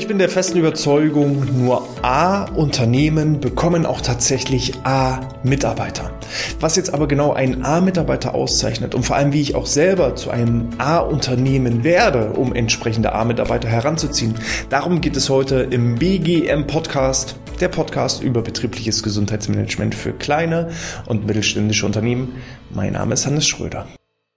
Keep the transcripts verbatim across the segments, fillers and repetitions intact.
Ich bin der festen Überzeugung, nur A-Unternehmen bekommen auch tatsächlich A-Mitarbeiter. Was jetzt aber genau einen A-Mitarbeiter auszeichnet und vor allem, wie ich auch selber zu einem A-Unternehmen werde, um entsprechende A-Mitarbeiter heranzuziehen, darum geht es heute im B G M-Podcast, der Podcast über betriebliches Gesundheitsmanagement für kleine und mittelständische Unternehmen. Mein Name ist Hannes Schröder.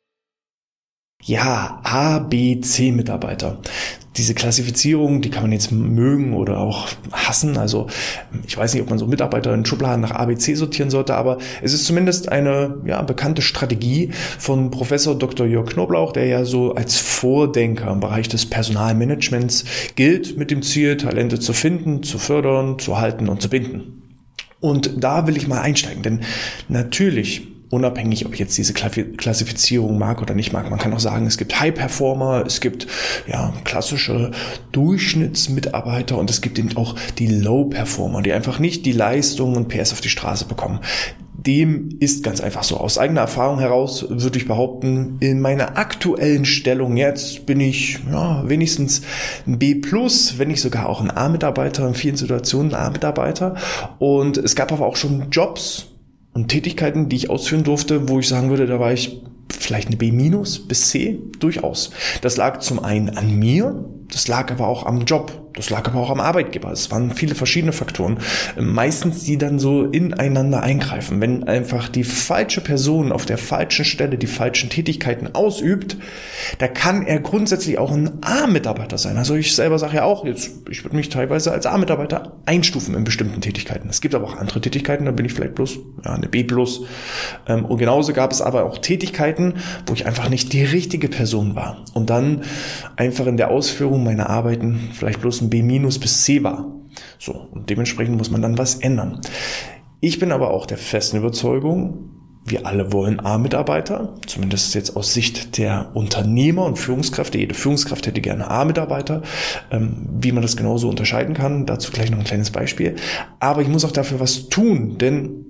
Ja, A, B, C-Mitarbeiter. Diese Klassifizierung, die kann man jetzt mögen oder auch hassen. Also ich weiß nicht, ob man so Mitarbeiter in Schubladen nach A, B, C sortieren sollte, aber es ist zumindest eine ja, bekannte Strategie von Professor Doktor Jörg Knoblauch, der ja so als Vordenker im Bereich des Personalmanagements gilt, mit dem Ziel, Talente zu finden, zu fördern, zu halten und zu binden. Und da will ich mal einsteigen, denn natürlich, unabhängig, ob ich jetzt diese Klassifizierung mag oder nicht mag. Man kann auch sagen, es gibt High-Performer, es gibt ja klassische Durchschnittsmitarbeiter und es gibt eben auch die Low-Performer, die einfach nicht die Leistung und P S auf die Straße bekommen. Dem ist ganz einfach so. Aus eigener Erfahrung heraus würde ich behaupten, in meiner aktuellen Stellung jetzt bin ich ja, wenigstens ein B plus, wenn nicht sogar auch ein A-Mitarbeiter, in vielen Situationen ein A-Mitarbeiter. Und es gab aber auch schon Jobs und Tätigkeiten, die ich ausführen durfte, wo ich sagen würde, da war ich vielleicht eine B minus bis C, durchaus. Das lag zum einen an mir, das lag aber auch am Job, das lag aber auch am Arbeitgeber. Es waren viele verschiedene Faktoren, meistens die dann so ineinander eingreifen. Wenn einfach die falsche Person auf der falschen Stelle die falschen Tätigkeiten ausübt, da kann er grundsätzlich auch ein A-Mitarbeiter sein. Also ich selber sage ja auch, jetzt ich würde mich teilweise als A-Mitarbeiter einstufen in bestimmten Tätigkeiten. Es gibt aber auch andere Tätigkeiten, da bin ich vielleicht bloß ja, eine B plus. Und genauso gab es aber auch Tätigkeiten, wo ich einfach nicht die richtige Person war und dann einfach in der Ausführung meiner Arbeiten vielleicht bloß ein B minus bis C war. So, und dementsprechend muss man dann was ändern. Ich bin aber auch der festen Überzeugung, wir alle wollen A-Mitarbeiter, zumindest jetzt aus Sicht der Unternehmer und Führungskräfte. Jede Führungskraft hätte gerne A-Mitarbeiter. Ähm, wie man das genauso unterscheiden kann, dazu gleich noch ein kleines Beispiel. Aber ich muss auch dafür was tun, denn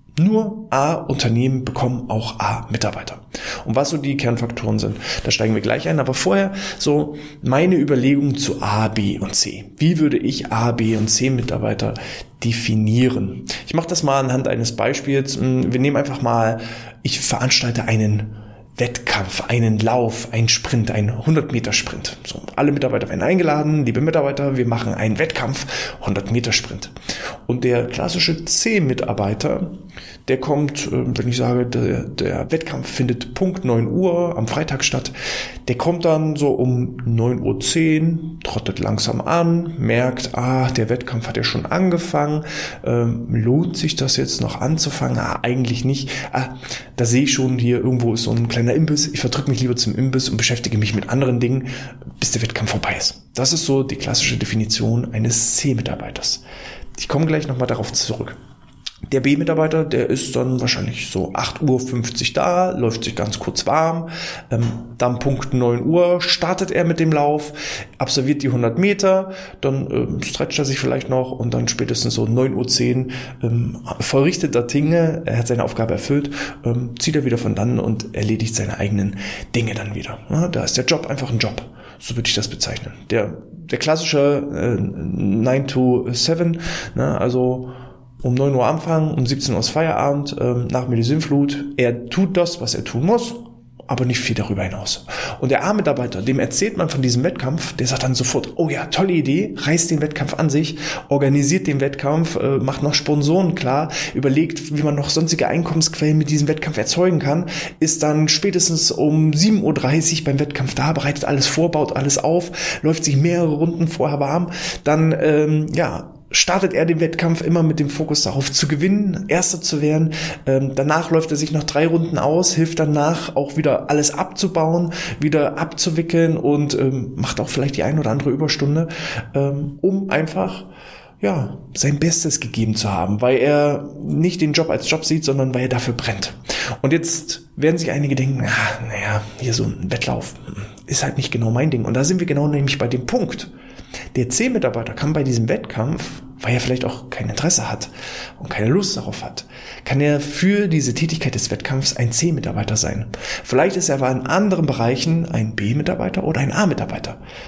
nur A-Unternehmen bekommen auch A-Mitarbeiter. Und was so die Kernfaktoren sind, da steigen wir gleich ein. Aber vorher so meine Überlegung zu A, B und C. Wie würde ich A, B und C-Mitarbeiter definieren? Ich mache das mal anhand eines Beispiels. Wir nehmen einfach mal, ich veranstalte einen Wettkampf, einen Lauf, einen Sprint, einen hundert Meter Sprint. So, alle Mitarbeiter werden eingeladen, liebe Mitarbeiter, wir machen einen Wettkampf, hundert Meter Sprint. Und der klassische C-Mitarbeiter, der kommt, wenn ich sage, der, der Wettkampf findet Punkt neun Uhr am Freitag statt, der kommt dann so um neun Uhr zehn, trottet langsam an, merkt, ah, der Wettkampf hat ja schon angefangen, ähm, lohnt sich das jetzt noch anzufangen? Ah, eigentlich nicht. Ah, da sehe ich schon, hier irgendwo ist so ein kleiner Imbiss, ich verdrücke mich lieber zum Imbiss und beschäftige mich mit anderen Dingen, bis der Wettkampf vorbei ist. Das ist so die klassische Definition eines C-Mitarbeiters. Ich komme gleich nochmal darauf zurück. Der B-Mitarbeiter, der ist dann wahrscheinlich so acht Uhr fünfzig da, läuft sich ganz kurz warm, ähm, dann Punkt neun Uhr startet er mit dem Lauf, absolviert die hundert Meter, dann ähm, stretcht er sich vielleicht noch und dann spätestens so neun Uhr zehn ähm, vollrichtet er Dinge, er hat seine Aufgabe erfüllt, ähm, zieht er wieder von dann und erledigt seine eigenen Dinge dann wieder. Ja, da ist der Job einfach ein Job. So würde ich das bezeichnen. Der, der klassische äh, nine to seven, ne, also um neun Uhr anfangen, um siebzehn Uhr ist Feierabend, ähm, nach mir die Sinnflut. Er tut das, was er tun muss, aber nicht viel darüber hinaus. Und der A-Mitarbeiter, dem erzählt man von diesem Wettkampf, der sagt dann sofort, oh ja, tolle Idee, reißt den Wettkampf an sich, organisiert den Wettkampf, äh, macht noch Sponsoren klar, überlegt, wie man noch sonstige Einkommensquellen mit diesem Wettkampf erzeugen kann, ist dann spätestens um sieben Uhr dreißig beim Wettkampf da, bereitet alles vor, baut alles auf, läuft sich mehrere Runden vorher warm, dann, ähm, ja, startet er den Wettkampf immer mit dem Fokus darauf zu gewinnen, Erster zu werden. Ähm, danach läuft er sich noch drei Runden aus, hilft danach auch wieder alles abzubauen, wieder abzuwickeln und ähm, macht auch vielleicht die ein oder andere Überstunde, ähm, um einfach ja sein Bestes gegeben zu haben, weil er nicht den Job als Job sieht, sondern weil er dafür brennt. Und jetzt werden sich einige denken, ah, naja, hier so ein Wettlauf ist halt nicht genau mein Ding. Und da sind wir genau nämlich bei dem Punkt. Der C-Mitarbeiter kann bei diesem Wettkampf, weil er vielleicht auch kein Interesse hat und keine Lust darauf hat, kann er für diese Tätigkeit des Wettkampfs ein C-Mitarbeiter sein. Vielleicht ist er aber in anderen Bereichen ein B-Mitarbeiter oder ein A-Mitarbeiter.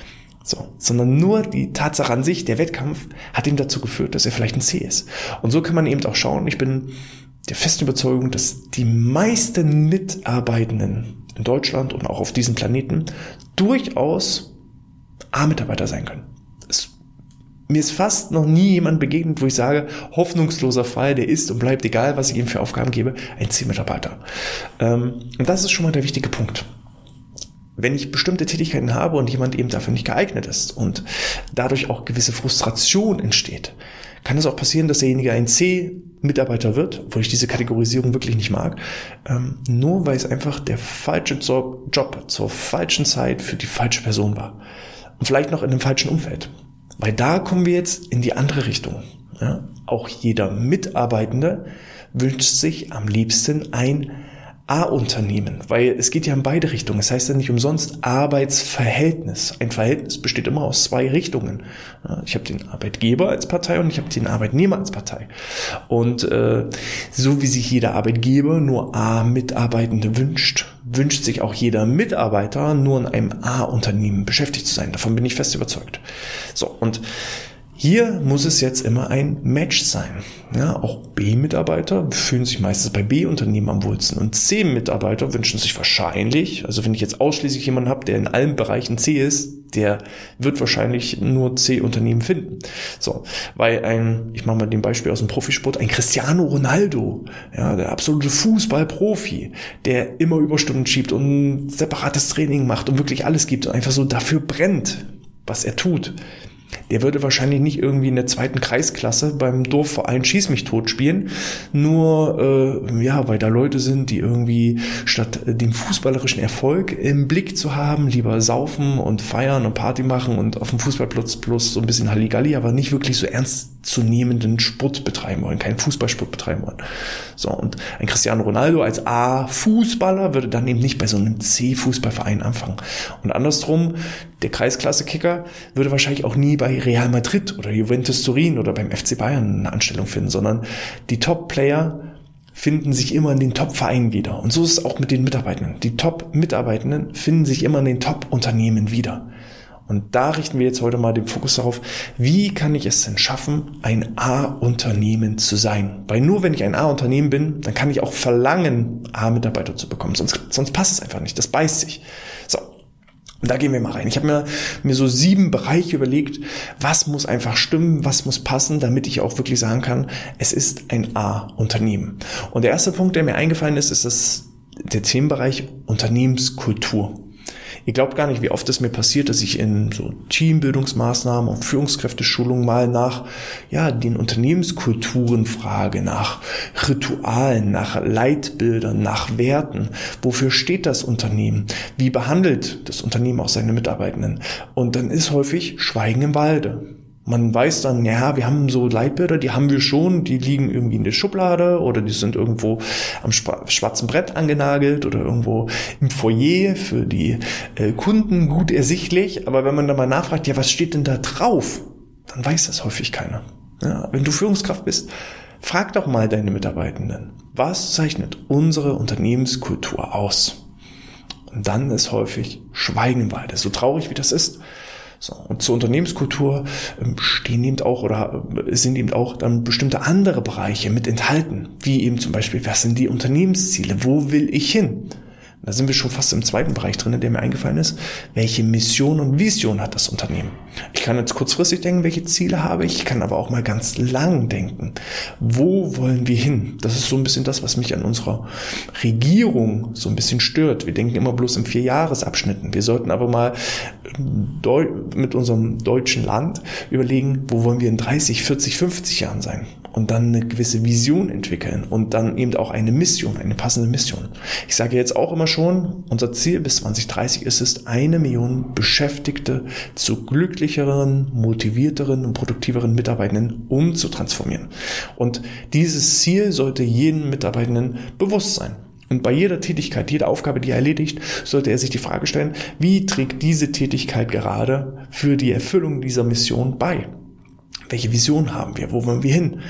So, sondern nur die Tatsache an sich, der Wettkampf, hat ihm dazu geführt, dass er vielleicht ein C ist. Und so kann man eben auch schauen, ich bin der festen Überzeugung, dass die meisten Mitarbeitenden in Deutschland und auch auf diesem Planeten durchaus A-Mitarbeiter sein können. Es, mir ist fast noch nie jemand begegnet, wo ich sage, hoffnungsloser Fall, der ist und bleibt, egal was ich ihm für Aufgaben gebe, ein C-Mitarbeiter. Ähm, und das ist schon mal der wichtige Punkt. Wenn ich bestimmte Tätigkeiten habe und jemand eben dafür nicht geeignet ist und dadurch auch gewisse Frustration entsteht, kann es auch passieren, dass derjenige ein C-Mitarbeiter wird, obwohl ich diese Kategorisierung wirklich nicht mag, ähm, nur weil es einfach der falsche Job zur falschen Zeit für die falsche Person war. Und vielleicht noch in einem falschen Umfeld. Weil da kommen wir jetzt in die andere Richtung. Ja? Auch jeder Mitarbeitende wünscht sich am liebsten ein A-Unternehmen, weil es geht ja in beide Richtungen. Es heißt ja nicht umsonst Arbeitsverhältnis. Ein Verhältnis besteht immer aus zwei Richtungen. Ich habe den Arbeitgeber als Partei und ich habe den Arbeitnehmer als Partei. Und äh, so wie sich jeder Arbeitgeber nur A-Mitarbeitende wünscht, wünscht sich auch jeder Mitarbeiter nur in einem A-Unternehmen beschäftigt zu sein. Davon bin ich fest überzeugt. So, und hier muss es jetzt immer ein Match sein. Ja, auch B-Mitarbeiter fühlen sich meistens bei B-Unternehmen am wohlsten und C-Mitarbeiter wünschen sich wahrscheinlich, also wenn ich jetzt ausschließlich jemanden habe, der in allen Bereichen C ist, der wird wahrscheinlich nur C-Unternehmen finden. So, weil ein, ich mache mal den Beispiel aus dem Profisport, ein Cristiano Ronaldo, ja, der absolute Fußballprofi, der immer Überstunden schiebt und separates Training macht und wirklich alles gibt und einfach so dafür brennt, was er tut. Der würde wahrscheinlich nicht irgendwie in der zweiten Kreisklasse beim Dorfverein Schieß mich tot spielen, nur äh, ja, weil da Leute sind, die irgendwie statt äh, den fußballerischen Erfolg im Blick zu haben, lieber saufen und feiern und Party machen und auf dem Fußballplatz bloß so ein bisschen Halligalli, aber nicht wirklich so ernstzunehmenden Sport betreiben wollen, keinen Fußballsport betreiben wollen. So, und ein Cristiano Ronaldo als A-Fußballer würde dann eben nicht bei so einem C-Fußballverein anfangen. Und andersrum, der Kreisklasse-Kicker würde wahrscheinlich auch nie bei Real Madrid oder Juventus Turin oder beim F C Bayern eine Anstellung finden, sondern die Top-Player finden sich immer in den Top-Vereinen wieder. Und so ist es auch mit den Mitarbeitenden. Die Top-Mitarbeitenden finden sich immer in den Top-Unternehmen wieder. Und da richten wir jetzt heute mal den Fokus darauf, wie kann ich es denn schaffen, ein A-Unternehmen zu sein? Weil nur wenn ich ein A-Unternehmen bin, dann kann ich auch verlangen, A-Mitarbeiter zu bekommen. Sonst, sonst passt es einfach nicht. Das beißt sich. So. Und da gehen wir mal rein. Ich habe mir, mir so sieben Bereiche überlegt, was muss einfach stimmen, was muss passen, damit ich auch wirklich sagen kann, es ist ein A-Unternehmen. Und der erste Punkt, der mir eingefallen ist, ist das, der Themenbereich Unternehmenskultur. Ihr glaubt gar nicht, wie oft es mir passiert, dass ich in so Teambildungsmaßnahmen und Führungskräfteschulungen mal nach ja den Unternehmenskulturen frage, nach Ritualen, nach Leitbildern, nach Werten. Wofür steht das Unternehmen? Wie behandelt das Unternehmen auch seine Mitarbeitenden? Und dann ist häufig Schweigen im Walde. Man weiß dann, ja, wir haben so Leitbilder, die haben wir schon, die liegen irgendwie in der Schublade oder die sind irgendwo am schwarzen Brett angenagelt oder irgendwo im Foyer für die äh, Kunden gut ersichtlich. Aber wenn man dann mal nachfragt, ja, was steht denn da drauf? Dann weiß das häufig keiner. Ja, wenn du Führungskraft bist, frag doch mal deine Mitarbeitenden, was zeichnet unsere Unternehmenskultur aus? Und dann ist häufig Schweigen im Walde, so traurig wie das ist. So, und zur Unternehmenskultur stehen eben auch oder sind eben auch dann bestimmte andere Bereiche mit enthalten, wie eben zum Beispiel, was sind die Unternehmensziele, wo will ich hin? Da sind wir schon fast im zweiten Bereich drin, der mir eingefallen ist. Welche Mission und Vision hat das Unternehmen? Ich kann jetzt kurzfristig denken, welche Ziele habe ich, ich kann aber auch mal ganz lang denken. Wo wollen wir hin? Das ist so ein bisschen das, was mich an unserer Regierung so ein bisschen stört. Wir denken immer bloß in Vierjahresabschnitten. Wir sollten aber mal mit unserem deutschen Land überlegen, wo wollen wir in dreißig, vierzig, fünfzig Jahren sein? Und dann eine gewisse Vision entwickeln und dann eben auch eine Mission, eine passende Mission. Ich sage jetzt auch immer schon, unser Ziel bis zwanzig dreißig ist es, eine Million Beschäftigte zu glücklicheren, motivierteren und produktiveren Mitarbeitenden umzutransformieren. Und dieses Ziel sollte jedem Mitarbeitenden bewusst sein. Und bei jeder Tätigkeit, jeder Aufgabe, die er erledigt, sollte er sich die Frage stellen, wie trägt diese Tätigkeit gerade für die Erfüllung dieser Mission bei? Welche Vision haben wir? Wo wollen wir hin?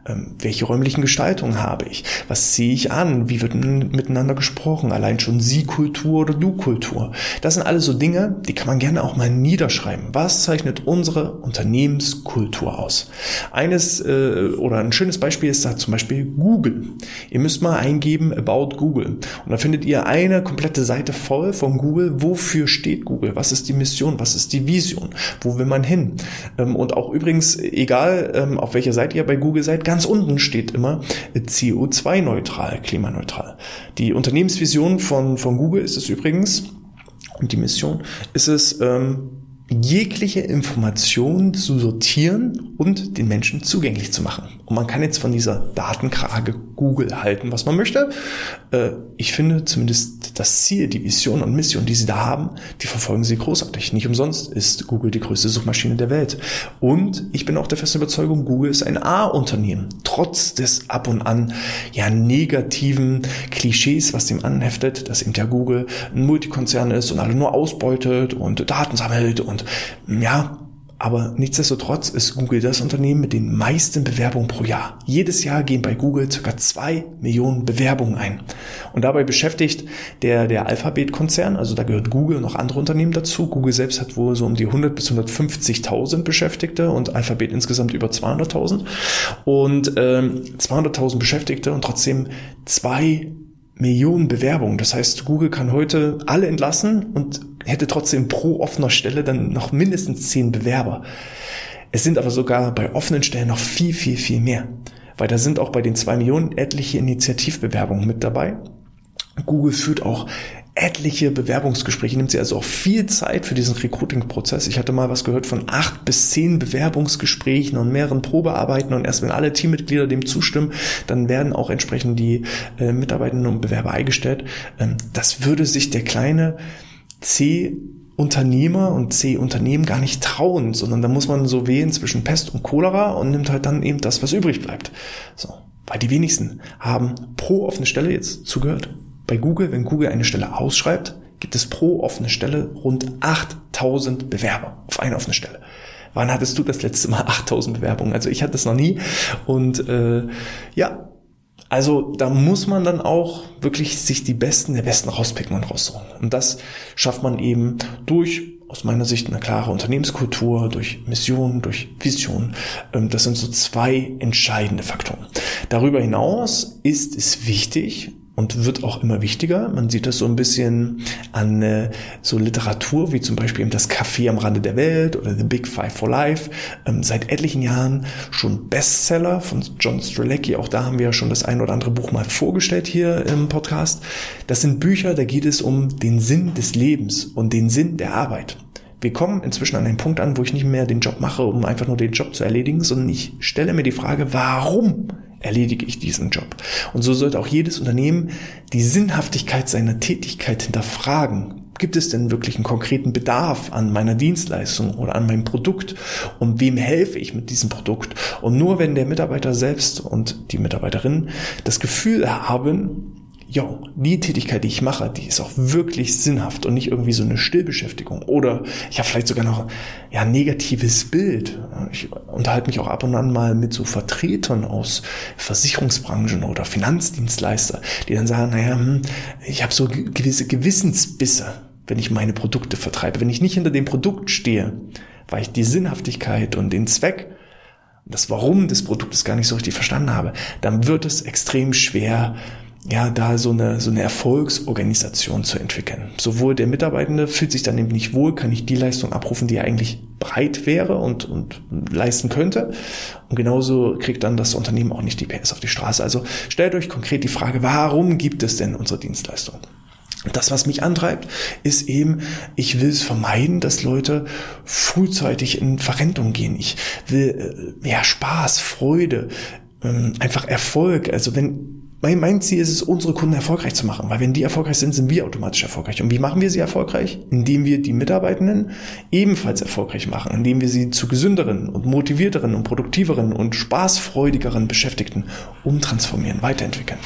Ähm, welche räumlichen Gestaltungen habe ich? Was ziehe ich an? Wie wird m- miteinander gesprochen? Allein schon Sie-Kultur oder Du-Kultur. Das sind alles so Dinge, die kann man gerne auch mal niederschreiben. Was zeichnet unsere Unternehmenskultur aus? Eines äh, oder ein schönes Beispiel ist da zum Beispiel Google. Ihr müsst mal eingeben About Google und da findet ihr eine komplette Seite voll von Google. Wofür steht Google? Was ist die Mission? Was ist die Vision? Wo will man hin? Ähm, und auch übrigens, egal ähm, auf welcher Seite ihr bei Google seid, ganz unten steht immer C O zwei neutral, klimaneutral. Die Unternehmensvision von, von Google ist es übrigens, und die Mission ist es, ähm, jegliche Information zu sortieren und den Menschen zugänglich zu machen. Und man kann jetzt von dieser Datenkrake Google halten, was man möchte. Äh, ich finde zumindest das Ziel, die Vision und Mission, die sie da haben, die verfolgen sie großartig. Nicht umsonst ist Google die größte Suchmaschine der Welt. Und ich bin auch der festen Überzeugung, Google ist ein A-Unternehmen. Trotz des ab und an ja negativen Klischees, was dem anheftet, dass eben der Google ein Multikonzern ist und alle nur ausbeutet und Daten sammelt und Und ja, aber nichtsdestotrotz ist Google das Unternehmen mit den meisten Bewerbungen pro Jahr. Jedes Jahr gehen bei Google ca. zwei Millionen Bewerbungen ein. Und dabei beschäftigt der, der Alphabet-Konzern, also da gehört Google und noch andere Unternehmen dazu. Google selbst hat wohl so um die hundert bis hundertfünfzigtausend Beschäftigte und Alphabet insgesamt über zweihunderttausend. Und ähm, zweihunderttausend Beschäftigte und trotzdem zwei Millionen Bewerbungen. Das heißt, Google kann heute alle entlassen und hätte trotzdem pro offener Stelle dann noch mindestens zehn Bewerber. Es sind aber sogar bei offenen Stellen noch viel, viel, viel mehr. Weil da sind auch bei den zwei Millionen etliche Initiativbewerbungen mit dabei. Google führt auch etliche Bewerbungsgespräche, nimmt sie also auch viel Zeit für diesen Recruiting-Prozess. Ich hatte mal was gehört von acht bis zehn Bewerbungsgesprächen und mehreren Probearbeiten und erst wenn alle Teammitglieder dem zustimmen, dann werden auch entsprechend die äh, Mitarbeitenden und Bewerber eingestellt. Ähm, das würde sich der kleine C-Unternehmer und C-Unternehmen gar nicht trauen, sondern da muss man so wählen zwischen Pest und Cholera und nimmt halt dann eben das, was übrig bleibt. So, weil die wenigsten haben pro offene Stelle jetzt zugehört. Bei Google, wenn Google eine Stelle ausschreibt, gibt es pro offene Stelle rund achttausend Bewerber auf eine offene Stelle. Wann hattest du das letzte Mal achttausend Bewerbungen? Also ich hatte das noch nie. Und äh, ja, also da muss man dann auch wirklich sich die Besten der Besten rauspicken und raussuchen. Und das schafft man eben durch, aus meiner Sicht, eine klare Unternehmenskultur, durch Mission, durch Vision. Das sind so zwei entscheidende Faktoren. Darüber hinaus ist es wichtig, und wird auch immer wichtiger. Man sieht das so ein bisschen an äh, so Literatur, wie zum Beispiel eben das Café am Rande der Welt oder The Big Five for Life. Ähm, seit etlichen Jahren schon Bestseller von John Strzelecki. Auch da haben wir ja schon das ein oder andere Buch mal vorgestellt hier im Podcast. Das sind Bücher, da geht es um den Sinn des Lebens und den Sinn der Arbeit. Wir kommen inzwischen an einen Punkt an, wo ich nicht mehr den Job mache, um einfach nur den Job zu erledigen, sondern ich stelle mir die Frage, warum erledige ich diesen Job? Und so sollte auch jedes Unternehmen die Sinnhaftigkeit seiner Tätigkeit hinterfragen. Gibt es denn wirklich einen konkreten Bedarf an meiner Dienstleistung oder an meinem Produkt? Und wem helfe ich mit diesem Produkt? Und nur wenn der Mitarbeiter selbst und die Mitarbeiterin das Gefühl haben, ja, die Tätigkeit, die ich mache, die ist auch wirklich sinnhaft und nicht irgendwie so eine Stillbeschäftigung. Oder ich habe vielleicht sogar noch ja, ein negatives Bild. Ich unterhalte mich auch ab und an mal mit so Vertretern aus Versicherungsbranchen oder Finanzdienstleister, die dann sagen, naja, hm, ich habe so gewisse Gewissensbisse, wenn ich meine Produkte vertreibe. Wenn ich nicht hinter dem Produkt stehe, weil ich die Sinnhaftigkeit und den Zweck, das Warum des Produktes gar nicht so richtig verstanden habe, dann wird es extrem schwer, ja, da so eine, so eine Erfolgsorganisation zu entwickeln. Sowohl der Mitarbeitende fühlt sich dann eben nicht wohl, kann nicht die Leistung abrufen, die er eigentlich bereit wäre und, und leisten könnte. Und genauso kriegt dann das Unternehmen auch nicht die P S auf die Straße. Also stellt euch konkret die Frage, warum gibt es denn unsere Dienstleistung? Das, was mich antreibt, ist eben, ich will es vermeiden, dass Leute frühzeitig in Verrentung gehen. Ich will äh, ja Spaß, Freude, ähm, einfach Erfolg. Also wenn Mein, mein Ziel ist es, unsere Kunden erfolgreich zu machen, weil wenn die erfolgreich sind, sind wir automatisch erfolgreich. Und wie machen wir sie erfolgreich? Indem wir die Mitarbeitenden ebenfalls erfolgreich machen, indem wir sie zu gesünderen und motivierteren und produktiveren und spaßfreudigeren Beschäftigten umtransformieren, weiterentwickeln.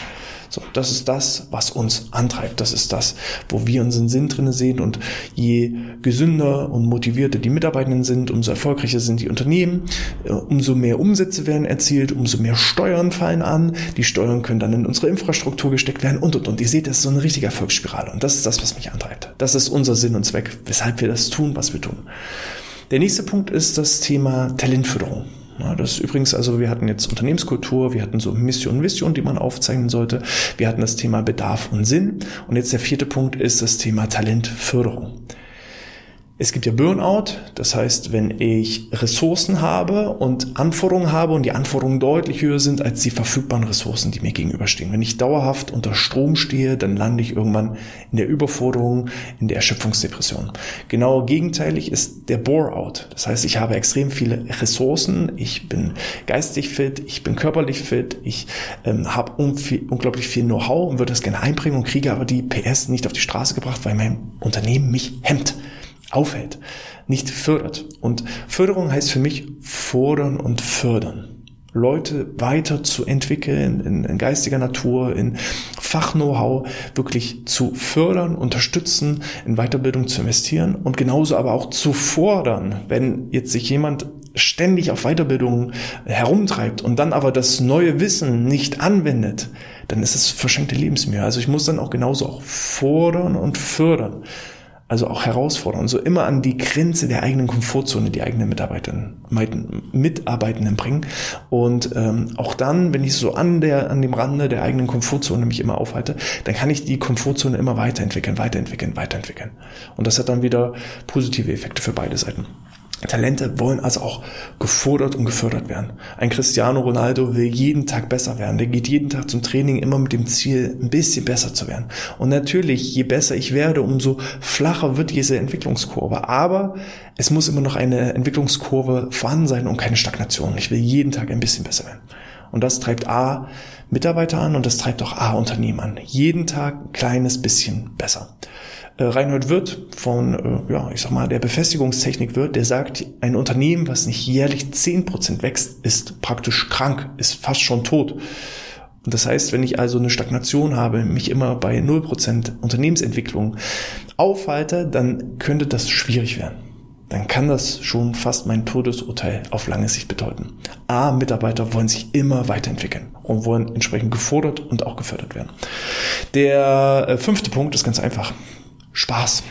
So, das ist das, was uns antreibt. Das ist das, wo wir unseren Sinn drin sehen. Und je gesünder und motivierter die Mitarbeitenden sind, umso erfolgreicher sind die Unternehmen, umso mehr Umsätze werden erzielt, umso mehr Steuern fallen an. Die Steuern können dann in unsere Infrastruktur gesteckt werden und, und, und. Ihr seht, das ist so eine richtige Erfolgsspirale. Und das ist das, was mich antreibt. Das ist unser Sinn und Zweck, weshalb wir das tun, was wir tun. Der nächste Punkt ist das Thema Talentförderung. Ja, das ist übrigens, also wir hatten jetzt Unternehmenskultur, wir hatten so Mission und Vision, die man aufzeichnen sollte. Wir hatten das Thema Bedarf und Sinn. Und jetzt der vierte Punkt ist das Thema Talentförderung. Es gibt ja Burnout, das heißt, wenn ich Ressourcen habe und Anforderungen habe und die Anforderungen deutlich höher sind als die verfügbaren Ressourcen, die mir gegenüberstehen. Wenn ich dauerhaft unter Strom stehe, dann lande ich irgendwann in der Überforderung, in der Erschöpfungsdepression. Genau gegenteilig ist der Bore-out. Das heißt, ich habe extrem viele Ressourcen, ich bin geistig fit, ich bin körperlich fit, ich ähm, habe unglaublich viel Know-how und würde das gerne einbringen und kriege aber die P S nicht auf die Straße gebracht, weil mein Unternehmen mich hemmt. Aufhält, nicht fördert. Und Förderung heißt für mich fordern und fördern. Leute weiter zu entwickeln in, in geistiger Natur, in Fach-Know-how, wirklich zu fördern, unterstützen, in Weiterbildung zu investieren und genauso aber auch zu fordern, wenn jetzt sich jemand ständig auf Weiterbildung herumtreibt und dann aber das neue Wissen nicht anwendet, dann ist es verschenkte Lebensmühe. Also ich muss dann auch genauso auch fordern und fördern. Also auch herausfordern, so immer an die Grenze der eigenen Komfortzone die eigenen Mitarbeitenden, Mitarbeitenden bringen. Und ähm, auch dann, wenn ich so an der an dem Rande der eigenen Komfortzone mich immer aufhalte, dann kann ich die Komfortzone immer weiterentwickeln, weiterentwickeln, weiterentwickeln. Und das hat dann wieder positive Effekte für beide Seiten. Talente wollen also auch gefordert und gefördert werden. Ein Cristiano Ronaldo will jeden Tag besser werden. Der geht jeden Tag zum Training immer mit dem Ziel, ein bisschen besser zu werden. Und natürlich, je besser ich werde, umso flacher wird diese Entwicklungskurve. Aber es muss immer noch eine Entwicklungskurve vorhanden sein und keine Stagnation. Ich will jeden Tag ein bisschen besser werden. Und das treibt A, Mitarbeiter an und das treibt auch A, Unternehmen an. Jeden Tag ein kleines bisschen besser. Reinhold Wirth von, ja, ich sag mal, der Befestigungstechnik Wirth, der sagt, ein Unternehmen, was nicht jährlich zehn Prozent wächst, ist praktisch krank, ist fast schon tot. Und das heißt, wenn ich also eine Stagnation habe, mich immer bei null Prozent Unternehmensentwicklung aufhalte, dann könnte das schwierig werden. Dann kann das schon fast mein Todesurteil auf lange Sicht bedeuten. A, Mitarbeiter wollen sich immer weiterentwickeln und wollen entsprechend gefordert und auch gefördert werden. Der fünfte Punkt ist ganz einfach. Spaß.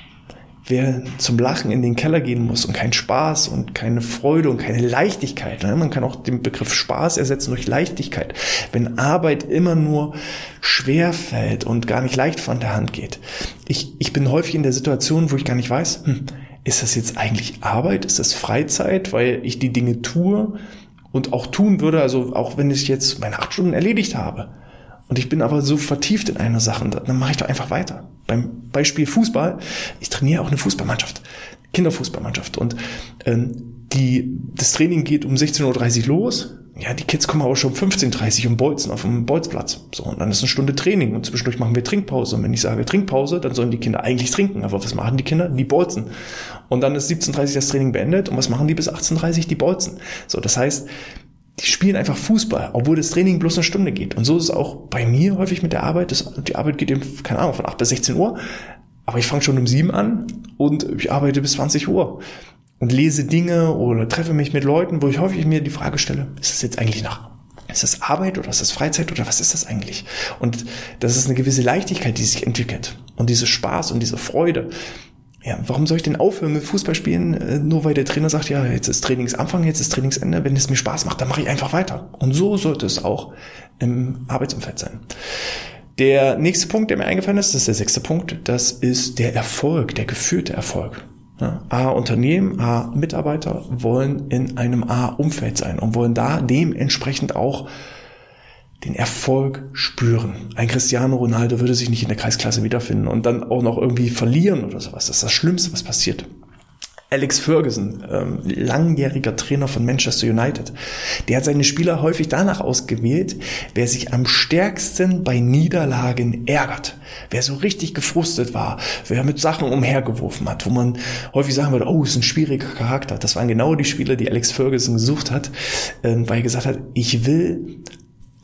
Wer zum Lachen in den Keller gehen muss und keinen Spaß und keine Freude und keine Leichtigkeit, ne? Man kann auch den Begriff Spaß ersetzen durch Leichtigkeit. Wenn Arbeit immer nur schwer fällt und gar nicht leicht von der Hand geht. Ich, ich bin häufig in der Situation, wo ich gar nicht weiß, hm, ist das jetzt eigentlich Arbeit? Ist das Freizeit, weil ich die Dinge tue und auch tun würde, also auch wenn ich jetzt meine acht Stunden erledigt habe. Und ich bin aber so vertieft in einer Sache, dann mache ich doch einfach weiter. Beim Beispiel Fußball, ich trainiere auch eine Fußballmannschaft, Kinderfußballmannschaft. Und ähm, die, das Training geht um sechzehn Uhr dreißig los. Ja, die Kids kommen aber schon um fünfzehn Uhr dreißig und bolzen auf dem Bolzplatz. So, und dann ist eine Stunde Training und zwischendurch machen wir Trinkpause. Und wenn ich sage Trinkpause, dann sollen die Kinder eigentlich trinken. Aber was machen die Kinder? Die bolzen. Und dann ist siebzehn Uhr dreißig das Training beendet. Und was machen die bis achtzehn Uhr dreißig? Die bolzen. So, das heißt, die spielen einfach Fußball, obwohl das Training bloß eine Stunde geht. Und so ist es auch bei mir häufig mit der Arbeit. Das, die Arbeit geht eben, keine Ahnung, von acht bis sechzehn Uhr. Aber ich fange schon um sieben an und ich arbeite bis zwanzig Uhr. Und lese Dinge oder treffe mich mit Leuten, wo ich häufig mir die Frage stelle, ist das jetzt eigentlich nach? Ist das Arbeit oder ist das Freizeit oder was ist das eigentlich? Und das ist eine gewisse Leichtigkeit, die sich entwickelt. Und diese Spaß und diese Freude. Ja, warum soll ich denn aufhören mit Fußballspielen, nur weil der Trainer sagt, ja, jetzt ist Trainingsanfang, jetzt ist Trainingsende. Wenn es mir Spaß macht, dann mache ich einfach weiter. Und so sollte es auch im Arbeitsumfeld sein. Der nächste Punkt, der mir eingefallen ist, das ist der sechste Punkt, das ist der Erfolg, der gefühlte Erfolg. Ja, A, Unternehmen, A, Mitarbeiter wollen in einem A-Umfeld sein und wollen da dementsprechend auch den Erfolg spüren. Ein Cristiano Ronaldo würde sich nicht in der Kreisklasse wiederfinden und dann auch noch irgendwie verlieren oder sowas. Das ist das Schlimmste, was passiert. Alex Ferguson, ähm, langjähriger Trainer von Manchester United, der hat seine Spieler häufig danach ausgewählt, wer sich am stärksten bei Niederlagen ärgert. Wer so richtig gefrustet war, wer mit Sachen umhergeworfen hat, wo man häufig sagen würde, oh, ist ein schwieriger Charakter. Das waren genau die Spieler, die Alex Ferguson gesucht hat, ähm, weil er gesagt hat, ich will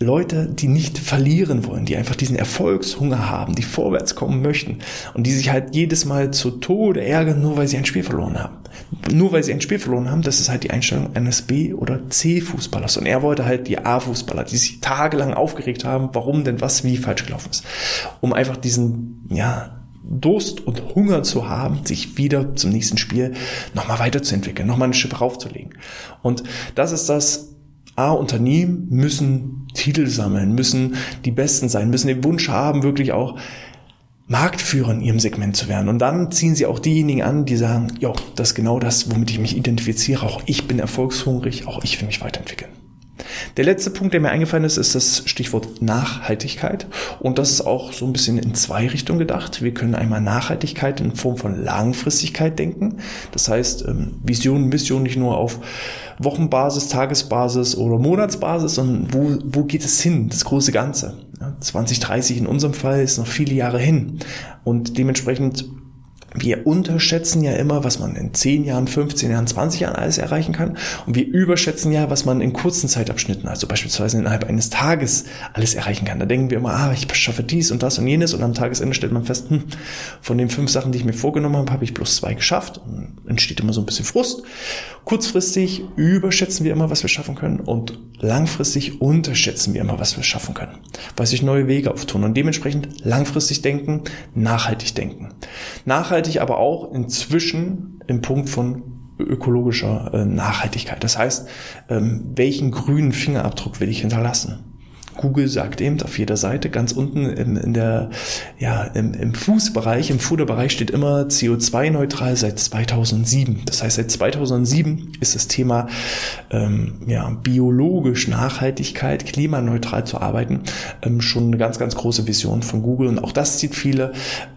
Leute, die nicht verlieren wollen, die einfach diesen Erfolgshunger haben, die vorwärts kommen möchten und die sich halt jedes Mal zu Tode ärgern, nur weil sie ein Spiel verloren haben. Nur weil sie ein Spiel verloren haben, das ist halt die Einstellung eines B- oder C-Fußballers. Und er wollte halt die A-Fußballer, die sich tagelang aufgeregt haben, warum denn was wie falsch gelaufen ist. Um einfach diesen, ja, Durst und Hunger zu haben, sich wieder zum nächsten Spiel nochmal weiterzuentwickeln, nochmal eine Schippe raufzulegen. Und das ist das, A, Unternehmen müssen Titel sammeln, müssen die Besten sein, müssen den Wunsch haben, wirklich auch Marktführer in ihrem Segment zu werden. Und dann ziehen sie auch diejenigen an, die sagen, jo, das ist genau das, womit ich mich identifiziere. Auch ich bin erfolgshungrig, auch ich will mich weiterentwickeln. Der letzte Punkt, der mir eingefallen ist, ist das Stichwort Nachhaltigkeit. Und das ist auch so ein bisschen in zwei Richtungen gedacht. Wir können einmal Nachhaltigkeit in Form von Langfristigkeit denken. Das heißt, Vision, Mission nicht nur auf Wochenbasis, Tagesbasis oder Monatsbasis, sondern wo, wo geht es hin, das große Ganze. zwanzig dreißig in unserem Fall ist noch viele Jahre hin. Und dementsprechend, wir unterschätzen ja immer, was man in zehn Jahren, fünfzehn Jahren, zwanzig Jahren alles erreichen kann. Und wir überschätzen ja, was man in kurzen Zeitabschnitten, also beispielsweise innerhalb eines Tages, alles erreichen kann. Da denken wir immer, ah, ich schaffe dies und das und jenes. Und am Tagesende stellt man fest, hm, von den fünf Sachen, die ich mir vorgenommen habe, habe ich bloß zwei geschafft. Und entsteht immer so ein bisschen Frust. Kurzfristig überschätzen wir immer, was wir schaffen können. Und langfristig unterschätzen wir immer, was wir schaffen können. Weil sich neue Wege auftun. Und dementsprechend langfristig denken, nachhaltig denken. Nachhaltig aber auch inzwischen im Punkt von ökologischer äh, Nachhaltigkeit. Das heißt, ähm, welchen grünen Fingerabdruck will ich hinterlassen? Google sagt eben auf jeder Seite, ganz unten in, in der, ja, im, im Fußbereich, im Fooderbereich steht immer C O zwei neutral seit zweitausendsieben. Das heißt, seit zweitausendsieben ist das Thema ähm, ja, biologisch Nachhaltigkeit, klimaneutral zu arbeiten, ähm, schon eine ganz, ganz große Vision von Google. Und auch das zieht viele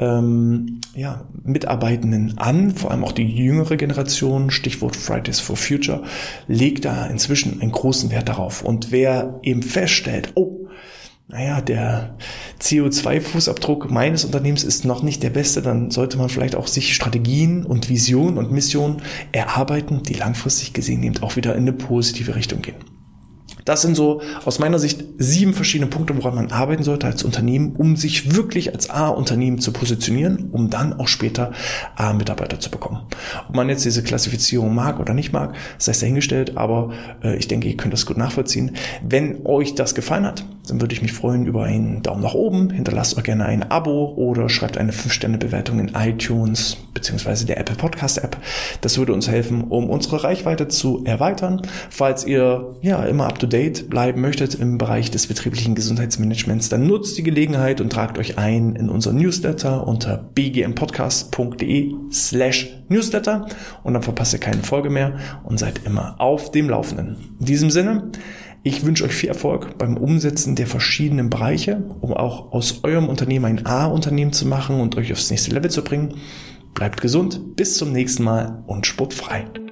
ähm, ja, Mitarbeitenden an, vor allem auch die jüngere Generation, Stichwort Fridays for Future, legt da inzwischen einen großen Wert darauf. Und wer eben feststellt, oh, naja, der C O zwei Fußabdruck meines Unternehmens ist noch nicht der beste, dann sollte man vielleicht auch sich Strategien und Visionen und Missionen erarbeiten, die langfristig gesehen eben auch wieder in eine positive Richtung gehen. Das sind so aus meiner Sicht sieben verschiedene Punkte, woran man arbeiten sollte als Unternehmen, um sich wirklich als A-Unternehmen zu positionieren, um dann auch später A-Mitarbeiter zu bekommen. Ob man jetzt diese Klassifizierung mag oder nicht mag, sei es dahingestellt, aber äh, ich denke, ihr könnt das gut nachvollziehen. Wenn euch das gefallen hat, dann würde ich mich freuen über einen Daumen nach oben, hinterlasst euch gerne ein Abo oder schreibt eine fünf Sterne Bewertung in iTunes bzw. der Apple Podcast App. Das würde uns helfen, um unsere Reichweite zu erweitern. Falls ihr ja immer up to date bleiben möchtet im Bereich des betrieblichen Gesundheitsmanagements, dann nutzt die Gelegenheit und tragt euch ein in unseren Newsletter unter bgmpodcast.de slash Newsletter und dann verpasst ihr keine Folge mehr und seid immer auf dem Laufenden. In diesem Sinne, ich wünsche euch viel Erfolg beim Umsetzen der verschiedenen Bereiche, um auch aus eurem Unternehmen ein A-Unternehmen zu machen und euch aufs nächste Level zu bringen. Bleibt gesund, bis zum nächsten Mal und sportfrei.